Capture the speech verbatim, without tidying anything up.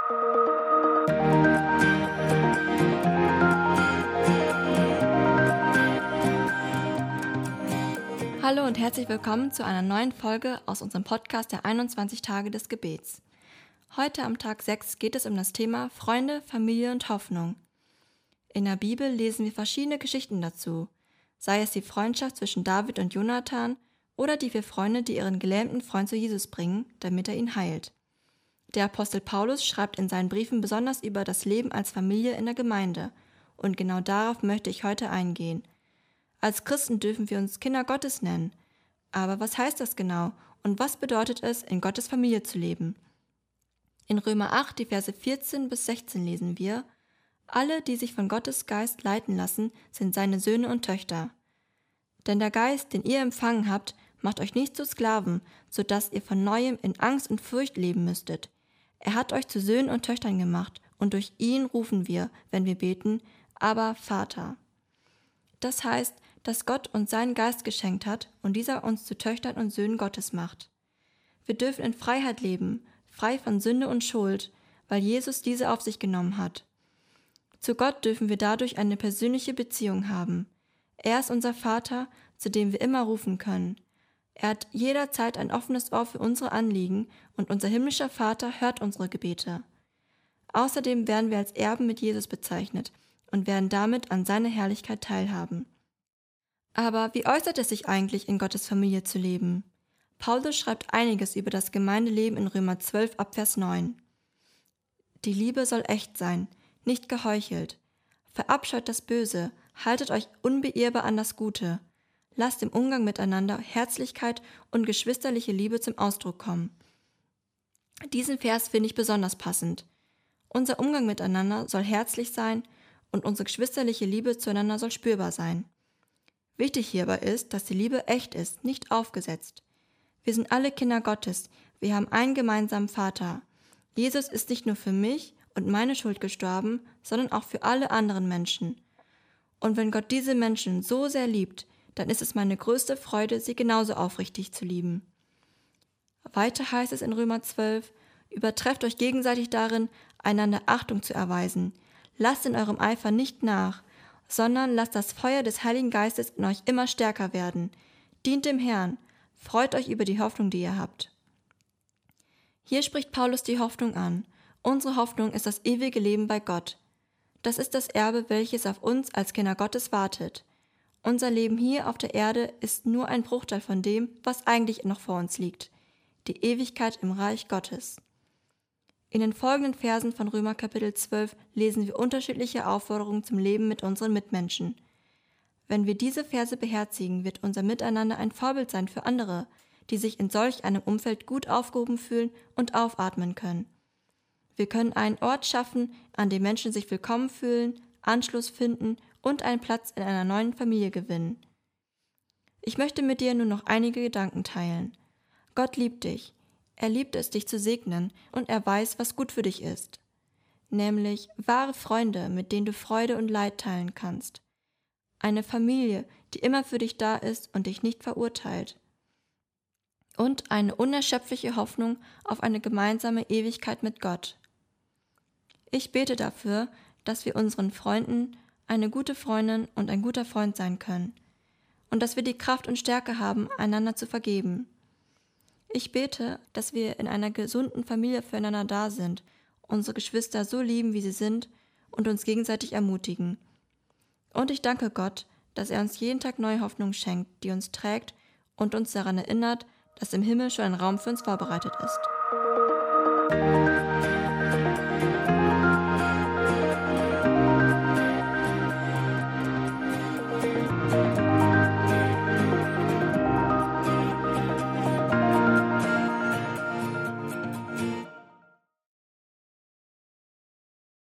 Hallo und herzlich willkommen zu einer neuen Folge aus unserem Podcast der einundzwanzig Tage des Gebets. Heute am Tag sechs geht es um das Thema Freunde, Familie und Hoffnung. In der Bibel lesen wir verschiedene Geschichten dazu, sei es die Freundschaft zwischen David und Jonathan oder die vier Freunde, die ihren gelähmten Freund zu Jesus bringen, damit er ihn heilt. Der Apostel Paulus schreibt in seinen Briefen besonders über das Leben als Familie in der Gemeinde und genau darauf möchte ich heute eingehen. Als Christen dürfen wir uns Kinder Gottes nennen. Aber was heißt das genau und was bedeutet es, in Gottes Familie zu leben? In Römer acht, die Verse vierzehn bis sechzehn lesen wir: Alle, die sich von Gottes Geist leiten lassen, sind seine Söhne und Töchter. Denn der Geist, den ihr empfangen habt, macht euch nicht zu Sklaven, so dass ihr von Neuem in Angst und Furcht leben müsstet. Er hat euch zu Söhnen und Töchtern gemacht, und durch ihn rufen wir, wenn wir beten, aber Vater. Das heißt, dass Gott uns seinen Geist geschenkt hat und dieser uns zu Töchtern und Söhnen Gottes macht. Wir dürfen in Freiheit leben, frei von Sünde und Schuld, weil Jesus diese auf sich genommen hat. Zu Gott dürfen wir dadurch eine persönliche Beziehung haben. Er ist unser Vater, zu dem wir immer rufen können. Er hat jederzeit ein offenes Ohr für unsere Anliegen und unser himmlischer Vater hört unsere Gebete. Außerdem werden wir als Erben mit Jesus bezeichnet und werden damit an seiner Herrlichkeit teilhaben. Aber wie äußert es sich eigentlich, in Gottes Familie zu leben? Paulus schreibt einiges über das Gemeindeleben in Römer zwölf ab Vers neun. Die Liebe soll echt sein, nicht geheuchelt. Verabscheut das Böse, haltet euch unbeirrbar an das Gute. Lasst im Umgang miteinander Herzlichkeit und geschwisterliche Liebe zum Ausdruck kommen. Diesen Vers finde ich besonders passend. Unser Umgang miteinander soll herzlich sein und unsere geschwisterliche Liebe zueinander soll spürbar sein. Wichtig hierbei ist, dass die Liebe echt ist, nicht aufgesetzt. Wir sind alle Kinder Gottes, wir haben einen gemeinsamen Vater. Jesus ist nicht nur für mich und meine Schuld gestorben, sondern auch für alle anderen Menschen. Und wenn Gott diese Menschen so sehr liebt, dann ist es meine größte Freude, sie genauso aufrichtig zu lieben. Weiter heißt es in Römer zwölf, übertrefft euch gegenseitig darin, einander Achtung zu erweisen. Lasst in eurem Eifer nicht nach, sondern lasst das Feuer des Heiligen Geistes in euch immer stärker werden. Dient dem Herrn, freut euch über die Hoffnung, die ihr habt. Hier spricht Paulus die Hoffnung an. Unsere Hoffnung ist das ewige Leben bei Gott. Das ist das Erbe, welches auf uns als Kinder Gottes wartet. Unser Leben hier auf der Erde ist nur ein Bruchteil von dem, was eigentlich noch vor uns liegt. Die Ewigkeit im Reich Gottes. In den folgenden Versen von Römer Kapitel zwölf lesen wir unterschiedliche Aufforderungen zum Leben mit unseren Mitmenschen. Wenn wir diese Verse beherzigen, wird unser Miteinander ein Vorbild sein für andere, die sich in solch einem Umfeld gut aufgehoben fühlen und aufatmen können. Wir können einen Ort schaffen, an dem Menschen sich willkommen fühlen, Anschluss finden und einen Platz in einer neuen Familie gewinnen. Ich möchte mit dir nur noch einige Gedanken teilen. Gott liebt dich. Er liebt es, dich zu segnen, und er weiß, was gut für dich ist. Nämlich wahre Freunde, mit denen du Freude und Leid teilen kannst. Eine Familie, die immer für dich da ist und dich nicht verurteilt. Und eine unerschöpfliche Hoffnung auf eine gemeinsame Ewigkeit mit Gott. Ich bete dafür, dass wir unseren Freunden eine gute Freundin und ein guter Freund sein können und dass wir die Kraft und Stärke haben, einander zu vergeben. Ich bete, dass wir in einer gesunden Familie füreinander da sind, unsere Geschwister so lieben, wie sie sind und uns gegenseitig ermutigen. Und ich danke Gott, dass er uns jeden Tag neue Hoffnung schenkt, die uns trägt und uns daran erinnert, dass im Himmel schon ein Raum für uns vorbereitet ist.